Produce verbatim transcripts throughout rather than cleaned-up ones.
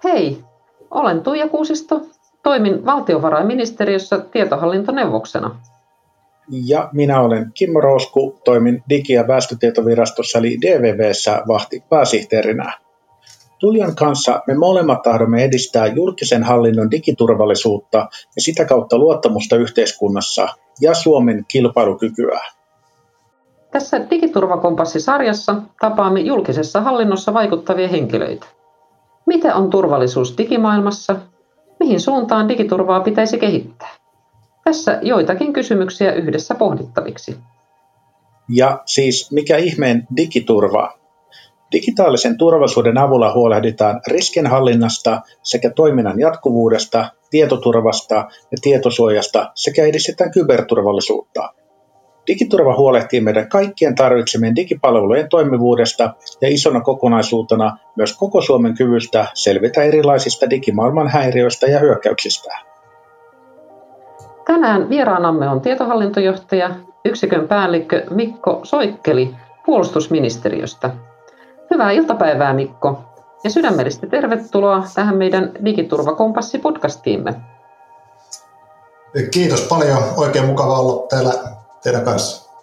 Hei, olen Tuija Kuusisto. Toimin valtiovarainministeriössä tietohallintoneuvoksena. Ja minä olen Kimmo Rousku, toimin Digi- ja väestötietovirastossa eli D V V:ssä vahtipääsihteerinä. Tuijan kanssa me molemmat tahdomme edistää julkisen hallinnon digiturvallisuutta ja sitä kautta luottamusta yhteiskunnassa ja Suomen kilpailukykyä. Tässä Digiturvakompassi-sarjassa tapaamme julkisessa hallinnossa vaikuttavia henkilöitä. Mitä on turvallisuus digimaailmassa? Mihin suuntaan digiturvaa pitäisi kehittää? Tässä joitakin kysymyksiä yhdessä pohdittaviksi. Ja siis mikä ihmeen digiturva? Digitaalisen turvallisuuden avulla huolehditaan riskienhallinnasta sekä toiminnan jatkuvuudesta, tietoturvasta ja tietosuojasta sekä edistetään kyberturvallisuutta. Digiturva huolehtii meidän kaikkien tarvitsemien digipalvelujen toimivuudesta ja isona kokonaisuutena myös koko Suomen kyvystä selvitä erilaisista digimaailman häiriöistä ja hyökkäyksistä. Tänään vieraanamme on tietohallintojohtaja, yksikön päällikkö Mikko Soikkeli puolustusministeriöstä. Hyvää iltapäivää, Mikko, ja sydämellisesti tervetuloa tähän meidän Digiturvakompassi-podcastiimme. Kiitos paljon. Oikein mukava olla täällä teidän kanssa.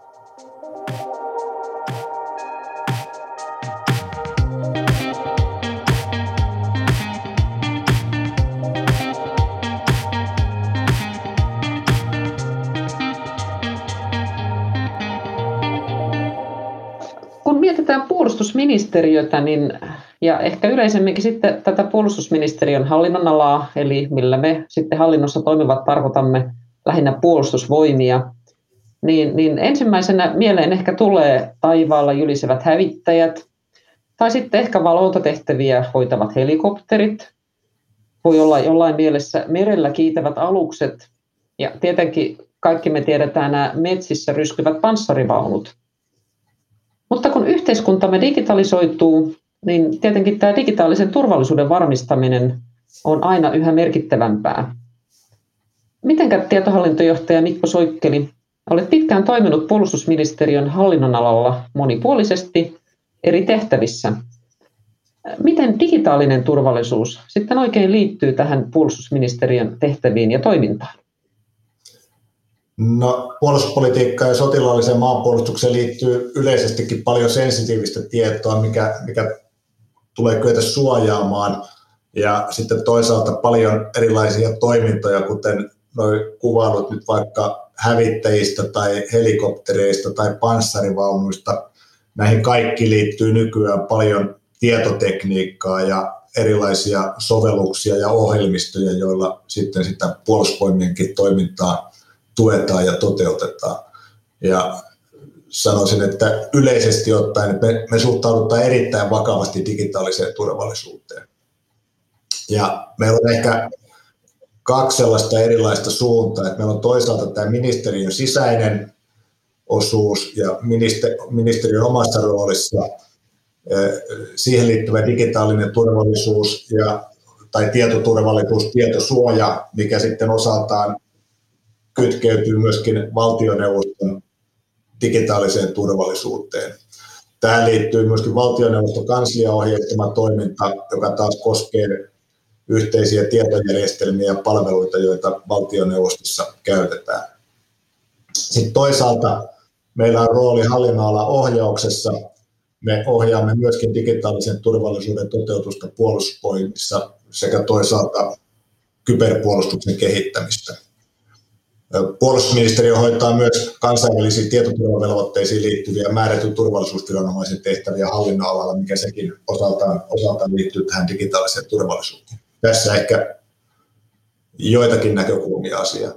Kun mietitään puolustusministeriötä, niin, ja ehkä yleisemminkin sitten tätä puolustusministeriön hallinnonalaa, eli millä me sitten hallinnossa toimivat tarkoitamme lähinnä puolustusvoimia, niin, niin ensimmäisenä mieleen ehkä tulee taivaalla jylisevät hävittäjät, tai sitten ehkä valvontatehtäviä hoitavat helikopterit, voi olla jollain mielessä merellä kiitävät alukset, ja tietenkin kaikki me tiedetään nämä metsissä ryskyvät panssarivaunut. Mutta kun yhteiskuntamme digitalisoituu, niin tietenkin tämä digitaalisen turvallisuuden varmistaminen on aina yhä merkittävämpää. Mitenkä tietohallintojohtaja Mikko Soikkeli, olet pitkään toiminut puolustusministeriön hallinnonalalla monipuolisesti eri tehtävissä. Miten digitaalinen turvallisuus sitten oikein liittyy tähän puolustusministeriön tehtäviin ja toimintaan? No, puolustuspolitiikkaan ja sotilaalliseen maanpuolustukseen liittyy yleisestikin paljon sensitiivistä tietoa, mikä, mikä tulee kyetä suojaamaan. Ja sitten toisaalta paljon erilaisia toimintoja, kuten noi kuvailut nyt vaikka hävittäjistä tai helikoptereista tai panssarivaunuista. Näihin kaikki liittyy nykyään paljon tietotekniikkaa ja erilaisia sovelluksia ja ohjelmistoja, joilla sitten sitä puolustusvoimienkin toimintaa tuetaan ja toteutetaan. Ja sanoisin, että yleisesti ottaen me, me suhtaudutaan erittäin vakavasti digitaaliseen turvallisuuteen. Ja meillä on ehkä kaksi sellaista erilaista suuntaa, että meillä on toisaalta tämä ministeriön sisäinen osuus ja ministeriön omassa roolissa siihen liittyvä digitaalinen turvallisuus ja, tai tietoturvallisuus, tietosuoja, mikä sitten osaltaan kytkeytyy myöskin valtioneuvoston digitaaliseen turvallisuuteen. Tähän liittyy myöskin valtioneuvoston kansliaohjeistama toiminta, joka taas koskee yhteisiä tietojärjestelmiä ja palveluita, joita valtioneuvostossa käytetään. Sitten toisaalta meillä on rooli hallinnonalan ohjauksessa. Me ohjaamme myöskin digitaalisen turvallisuuden toteutusta puolustusvoimissa sekä toisaalta kyberpuolustuksen kehittämistä. Puolustusministeriö hoitaa myös kansainvälisiin tietoturvavelvoitteisiin liittyviä määrätyn turvallisuusviranomaisen tehtäviä hallinnonalalla, mikä sekin osaltaan, osaltaan liittyy tähän digitaaliseen turvallisuuteen. Tässä ehkä joitakin näkökulmia asiaan.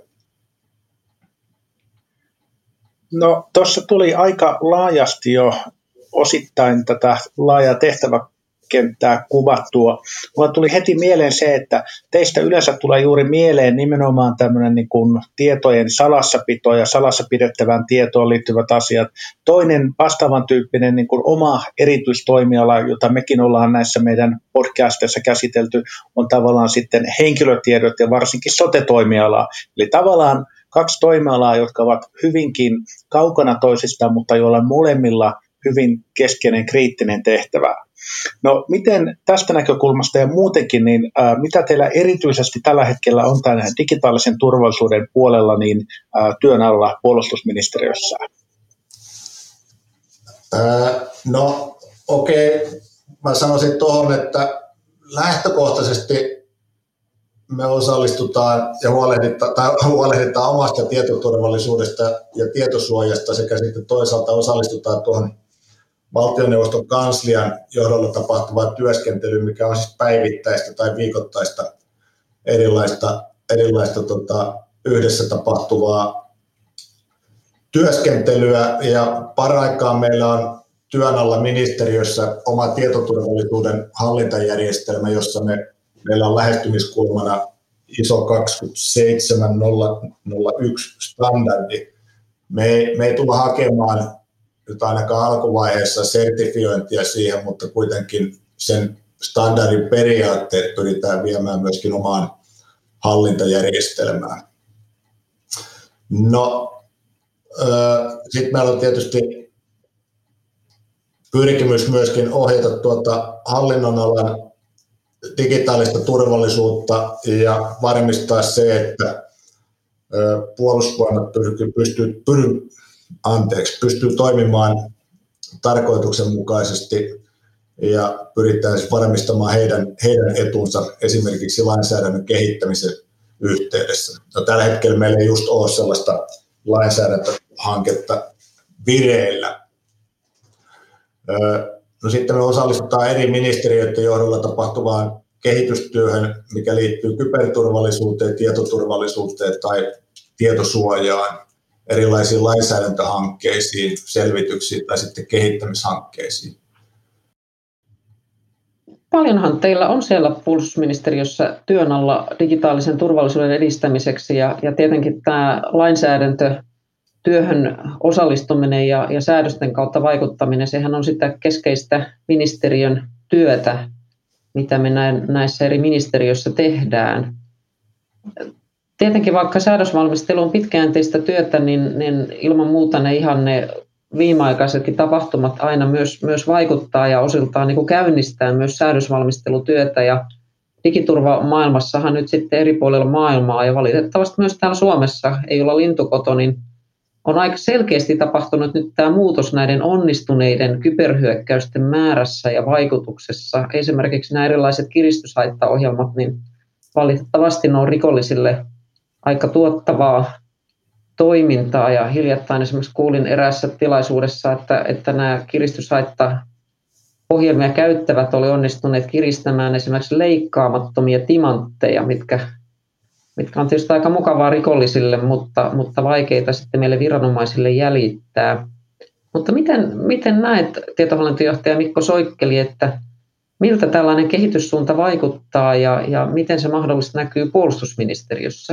No, tuossa tuli aika laajasti jo osittain tätä laajaa tehtäväkenttää kuvattua. Mulla tuli heti mieleen se, että teistä yleensä tulee juuri mieleen nimenomaan tämmöinen niin kuin tietojen salassapito ja salassa pidettävään tietoon liittyvät asiat. Toinen vastaavan tyyppinen niin kuin oma erityistoimiala, jota mekin ollaan näissä meidän podcasteissa käsitelty, on tavallaan sitten henkilötiedot ja varsinkin sote-toimiala. Eli tavallaan kaksi toimialaa, jotka ovat hyvinkin kaukana toisistaan, mutta joilla molemmilla hyvin keskeinen kriittinen tehtävä. No miten tästä näkökulmasta ja muutenkin, niin ää, mitä teillä erityisesti tällä hetkellä on tämän digitaalisen turvallisuuden puolella niin ää, työn alla puolustusministeriössä? Ää, no okei, okay. Mä sanoisin tuohon, että lähtökohtaisesti me osallistutaan ja huolehditaan, tai huolehditaan omasta tietoturvallisuudesta ja tietosuojasta sekä sitten toisaalta osallistutaan tuohon valtioneuvoston kanslian johdolla tapahtuvaan työskentelyyn, mikä on siis päivittäistä tai viikoittaista erilaista, erilaista tota, yhdessä tapahtuvaa työskentelyä. Ja paraikaa meillä on työn alla ministeriössä oma tietoturvallisuuden hallintajärjestelmä, jossa me, meillä on lähestymiskulmana I S O kaksikymmentäseitsemän nolla nolla yksi standardi. Me ei, me ei tulla hakemaan nyt ainakaan alkuvaiheessa sertifiointia siihen, mutta kuitenkin sen standardin periaatteet pyritään viemään myöskin omaan hallintajärjestelmään. No, sitten meillä on tietysti pyrkimys myöskin ohjata tuota hallinnonalan digitaalista turvallisuutta ja varmistaa se, että puolustusvoimat pystyy, pystyy, pystyy, anteeksi, pystyy toimimaan tarkoituksenmukaisesti ja pyritään siis varmistamaan heidän, heidän etunsa esimerkiksi lainsäädännön kehittämisen yhteydessä. No, tällä hetkellä meillä ei just ole sellaista lainsäädäntöhanketta vireillä. No, sitten me osallistutaan eri ministeriöiden johdolla tapahtuvaan kehitystyöhön, mikä liittyy kyberturvallisuuteen, tietoturvallisuuteen tai tietosuojaan, erilaisiin lainsäädäntöhankkeisiin, selvityksiin tai sitten kehittämishankkeisiin. Paljonhan teillä on siellä puolustusministeriössä työn alla digitaalisen turvallisuuden edistämiseksi ja, ja tietenkin tämä lainsäädäntö, työhön osallistuminen ja, ja säädösten kautta vaikuttaminen, sehän on sitä keskeistä ministeriön työtä, mitä me näissä eri ministeriöissä tehdään. Tietenkin vaikka säädösvalmistelu on pitkäjänteistä työtä, niin, niin ilman muuta ne ihan ne viimeaikaisetkin tapahtumat aina myös, myös vaikuttaa ja osiltaan niin kuin käynnistää myös säädösvalmistelutyötä. Ja digiturvamaailmassahan nyt sitten eri puolilla maailmaa ja valitettavasti myös täällä Suomessa ei olla lintukoto, niin on aika selkeästi tapahtunut nyt tämä muutos näiden onnistuneiden kyberhyökkäysten määrässä ja vaikutuksessa. Esimerkiksi nämä erilaiset kiristyshaittaohjelmat, niin valitettavasti ne on rikollisille aika tuottavaa toimintaa. Ja hiljattain esimerkiksi kuulin eräässä tilaisuudessa, että, että nämä kiristyshaittaohjelmia käyttävät oli onnistuneet kiristämään esimerkiksi leikkaamattomia timantteja, mitkä mitkä on tietysti aika mukavaa rikollisille, mutta, mutta vaikeita sitten meille viranomaisille jäljittää. Mutta miten, miten näet, tietohallintojohtaja Mikko Soikkeli, että miltä tällainen kehityssuunta vaikuttaa ja, ja miten se mahdollisesti näkyy puolustusministeriössä?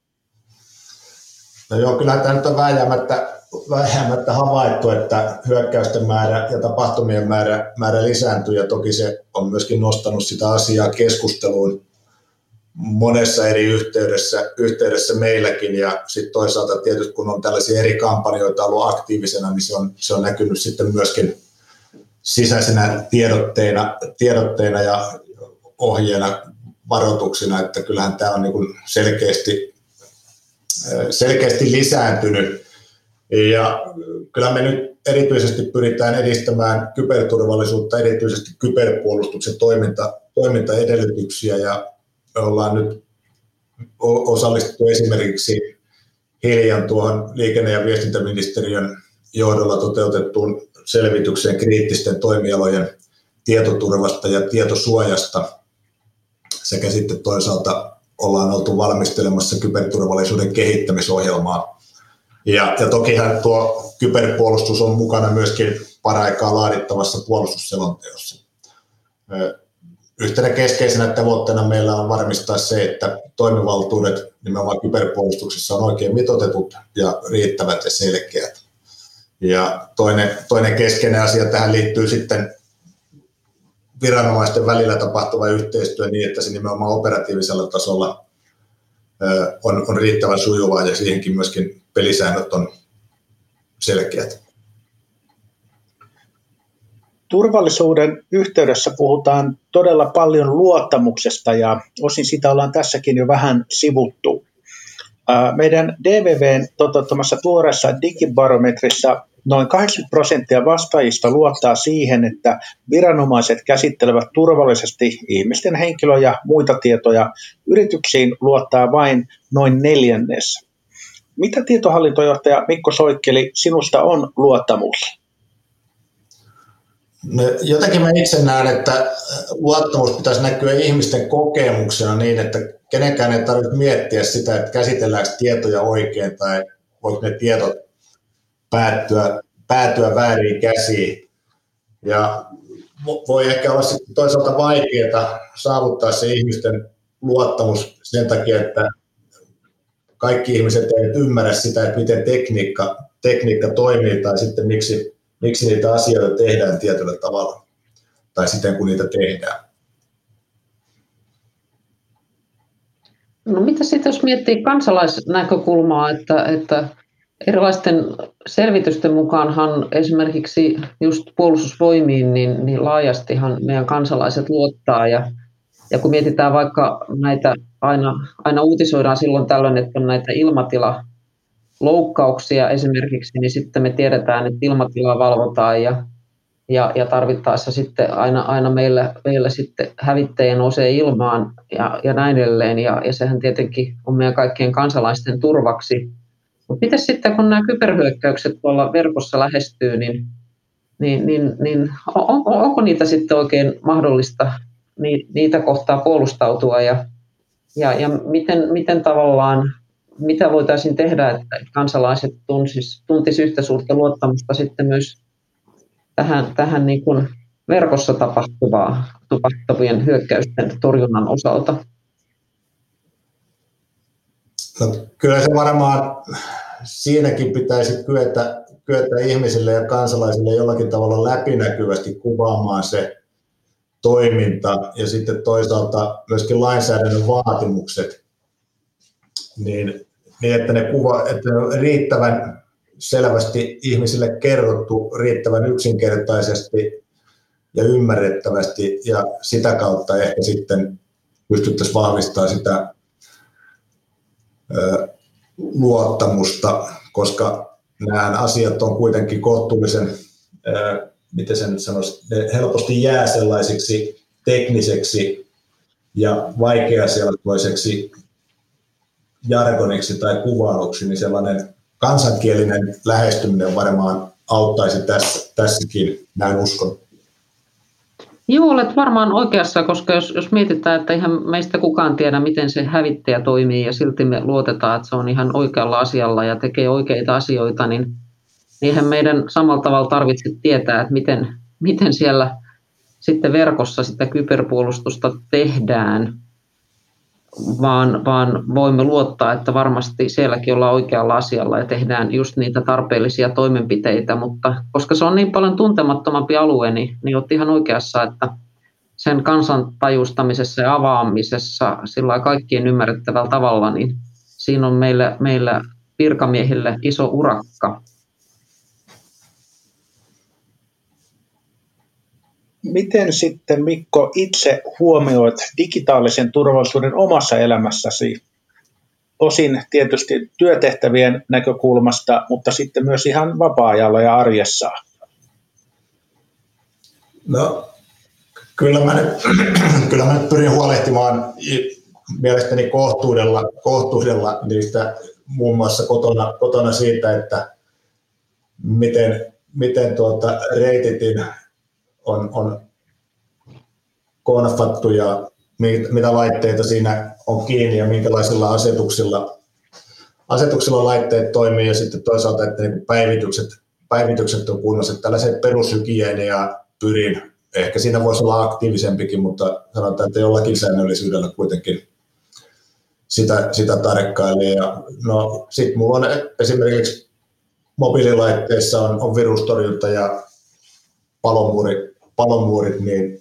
No joo, kyllähän tämä nyt on vääjäämättä, vääjäämättä havaittu, että hyökkäysten määrä ja tapahtumien määrä, määrä lisääntyy ja toki se on myöskin nostanut sitä asiaa keskusteluun monessa eri yhteydessä, yhteydessä meilläkin ja sitten toisaalta tietysti kun on tällaisia eri kampanjoita ollut aktiivisena, niin se on, se on näkynyt sitten myöskin sisäisenä tiedotteina, tiedotteina ja ohjeena, varoituksina, että kyllähän tämä on niin kuin selkeästi, selkeästi lisääntynyt ja kyllä me nyt erityisesti pyritään edistämään kyberturvallisuutta, erityisesti kyberpuolustuksen toiminta, toimintaedellytyksiä ja me ollaan nyt osallistuttu esimerkiksi hiljan tuohon liikenne- ja viestintäministeriön johdolla toteutettuun selvitykseen kriittisten toimialojen tietoturvasta ja tietosuojasta sekä sitten toisaalta ollaan oltu valmistelemassa kyberturvallisuuden kehittämisohjelmaa. Ja, ja tokihan tuo kyberpuolustus on mukana myöskin paraikaa laadittavassa puolustusselonteossa. Yhtenä keskeisenä tavoitteena meillä on varmistaa se, että toimivaltuudet nimenomaan kyberpuolustuksessa on oikein mitoitetut ja riittävät ja selkeät. Ja toinen, toinen keskeinen asia tähän liittyy sitten viranomaisten välillä tapahtuva yhteistyö niin, että se nimenomaan operatiivisella tasolla on, on riittävän sujuvaa ja siihenkin myöskin pelisäännöt on selkeät. Turvallisuuden yhteydessä puhutaan todella paljon luottamuksesta ja osin sitä ollaan tässäkin jo vähän sivuttu. Meidän D V V:n toteuttamassa tuoreessa digibarometrissa noin kahdeksankymmentä prosenttia vastaajista luottaa siihen, että viranomaiset käsittelevät turvallisesti ihmisten henkilö- ja muita tietoja. Yrityksiin luottaa vain noin neljännes. Mitä tietohallintojohtaja Mikko Soikkeli sinusta on luottamus? No, jotenkin mä itse näen, että luottamus pitäisi näkyä ihmisten kokemuksena niin, että kenenkään ei tarvitse miettiä sitä, että käsitelläänkö tietoja oikein tai voiko ne tiedot päättyä, päätyä vääriin käsiin. Ja voi ehkä olla sitten toisaalta vaikeaa saavuttaa se ihmisten luottamus sen takia, että kaikki ihmiset eivät ymmärrä sitä, että miten tekniikka, tekniikka toimii tai sitten miksi, miksi niitä asioita tehdään tietyllä tavalla tai siten kun niitä tehdään. No mitä sitten jos miettii kansalaisnäkökulmaa, että, että erilaisten selvitysten mukaanhan esimerkiksi just puolustusvoimiin, niin, niin laajastihan meidän kansalaiset luottaa ja, ja kun mietitään vaikka näitä, aina, aina uutisoidaan silloin tällöin, että on näitä ilmatilaloukkauksia esimerkiksi, niin sitten me tiedetään, että ilmatilaa valvotaan ja, ja, ja tarvittaessa sitten aina, aina meillä, meillä sitten hävittäjä nousee ilmaan ja, ja näin edelleen ja, ja sehän tietenkin on meidän kaikkien kansalaisten turvaksi. Mutta miten sitten, kun nämä kyberhyökkäykset tuolla verkossa lähestyy, niin, niin, niin, niin on, onko niitä sitten oikein mahdollista niitä kohtaa puolustautua ja, ja, ja miten, miten tavallaan, mitä voitaisiin tehdä, että kansalaiset tuntis, tuntis yhtä suurta luottamusta sitten myös tähän, tähän niin kuin verkossa tapahtuvaa, tapahtuvien hyökkäysten torjunnan osalta? No, kyllä se varmaan siinäkin pitäisi kyetä, kyetä ihmisille ja kansalaisille jollakin tavalla läpinäkyvästi kuvaamaan se toiminta ja sitten toisaalta myöskin lainsäädännön vaatimukset, niin, niin että, ne kuva, että ne on riittävän selvästi ihmisille kerrottu, riittävän yksinkertaisesti ja ymmärrettävästi ja sitä kautta ehkä sitten pystyttäisiin vahvistamaan sitä luottamusta, koska nämä asiat on kuitenkin kohtuullisen, miten sen sanoisi, ne helposti jää sellaisiksi tekniseksi ja vaikeaselkoiseksi jargoniksi tai kuvailuksi, niin sellainen kansankielinen lähestyminen varmaan auttaisi tässä, tässäkin, näin uskon. Joo, olet varmaan oikeassa, koska jos, jos mietitään, että ihan meistä kukaan tiedä, miten se hävittäjä toimii ja silti me luotetaan, että se on ihan oikealla asialla ja tekee oikeita asioita, niin eihän meidän samalla tavalla tarvitse tietää, että miten, miten siellä sitten verkossa sitä kyberpuolustusta tehdään, vaan, vaan voimme luottaa, että varmasti sielläkin ollaan oikealla asialla ja tehdään just niitä tarpeellisia toimenpiteitä, mutta koska se on niin paljon tuntemattomampi alue, niin, niin olet ihan oikeassa, että sen kansan tajustamisessa ja avaamisessa sillä kaikkien ymmärrettävällä tavalla, niin siinä on meillä, meillä virkamiehille iso urakka. Miten sitten, Mikko, itse huomioit digitaalisen turvallisuuden omassa elämässäsi? Osin tietysti työtehtävien näkökulmasta, mutta sitten myös ihan vapaa-ajalla ja arjessa. No, kyllä mä nyt, kyllä mä nyt pyrin huolehtimaan mielestäni kohtuudella, kohtuudella niistä muun muassa kotona, kotona siitä, että miten, miten tuota reititin on, on konfattu ja mitä laitteita siinä on kiinni ja minkälaisilla asetuksilla, asetuksilla laitteet toimii ja sitten toisaalta, että niin päivitykset, päivitykset on kunnossa. Tällaisen perushygienia pyrin. Ehkä siinä voisi olla aktiivisempikin, mutta sanotaan, että jollakin säännöllisyydellä kuitenkin sitä, sitä tarkkailee. No, sitten minulla on esimerkiksi mobiililaitteissa on, on virustorjunta ja palomuuri, palomuurit niin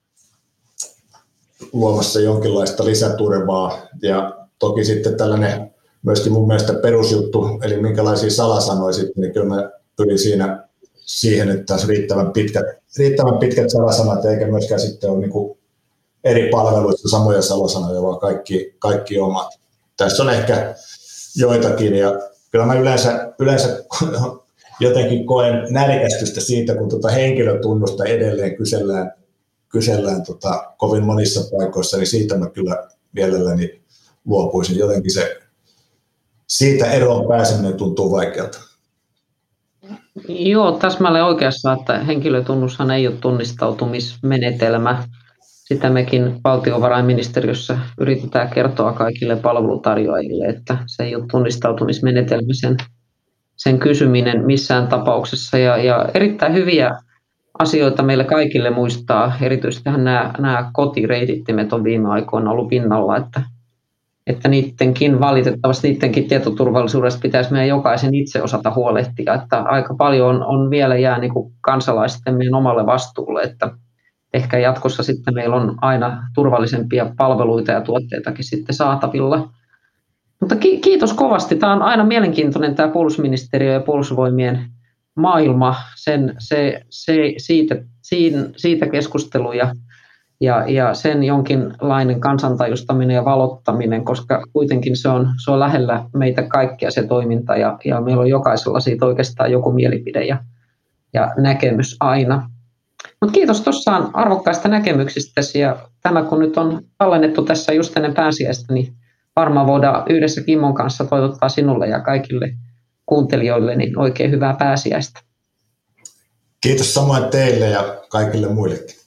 luomassa jonkinlaista lisäturvaa. Ja toki sitten tällainen myöskin mun mielestä perusjuttu, eli minkälaisia salasanoja sitten, niin kyllä mä pyrin siinä siihen, että olisi riittävän pitkät, riittävän pitkät salasanat, eikä myöskään sitten ole niin kuin eri palveluista samoja salasanoja, vaan kaikki, kaikki omat. Tässä on ehkä joitakin, ja kyllä mä yleensä, yleensä jotenkin koen nälkästystä siitä, kun tuota henkilötunnusta edelleen kysellään, kysellään tota kovin monissa paikoissa, niin siitä mä kyllä mielelläni luopuisin. Jotenkin se, siitä eroon pääseminen tuntuu vaikealta. Joo, täsmälleen oikeassa, että henkilötunnushan ei ole tunnistautumismenetelmä. Sitä mekin valtiovarainministeriössä yritetään kertoa kaikille palvelutarjoajille, että se ei ole tunnistautumismenetelmä sen, sen kysyminen missään tapauksessa. Ja, ja erittäin hyviä asioita meille kaikille muistaa, erityisesti nämä, nämä kotireitittimet on viime aikoina ollut pinnalla, että, että niidenkin valitettavasti niidenkin tietoturvallisuudesta pitäisi meidän jokaisen itse osata huolehtia, että aika paljon on, on vielä jää niin kuin kansalaisten meidän omalle vastuulle, että ehkä jatkossa sitten meillä on aina turvallisempia palveluita ja tuotteitakin sitten saatavilla. Mutta ki- kiitos kovasti. Tämä on aina mielenkiintoinen tämä puolustusministeriö ja puolustusvoimien maailma, sen, se, se, siitä, siinä, siitä keskustelu ja, ja, ja sen jonkinlainen kansantajustaminen ja valottaminen, koska kuitenkin se on, se on lähellä meitä kaikkia se toiminta ja, ja meillä on jokaisella siitä oikeastaan joku mielipide ja, ja näkemys aina. Mut kiitos tuossa arvokkaista näkemyksistä ja tämä kun nyt on tallennettu tässä just ennen pääsiäistä, niin varmaan voidaan yhdessä Kimmon kanssa toivottaa sinulle ja kaikille kuuntelijoille niin oikein hyvää pääsiäistä. Kiitos samoin teille ja kaikille muillekin.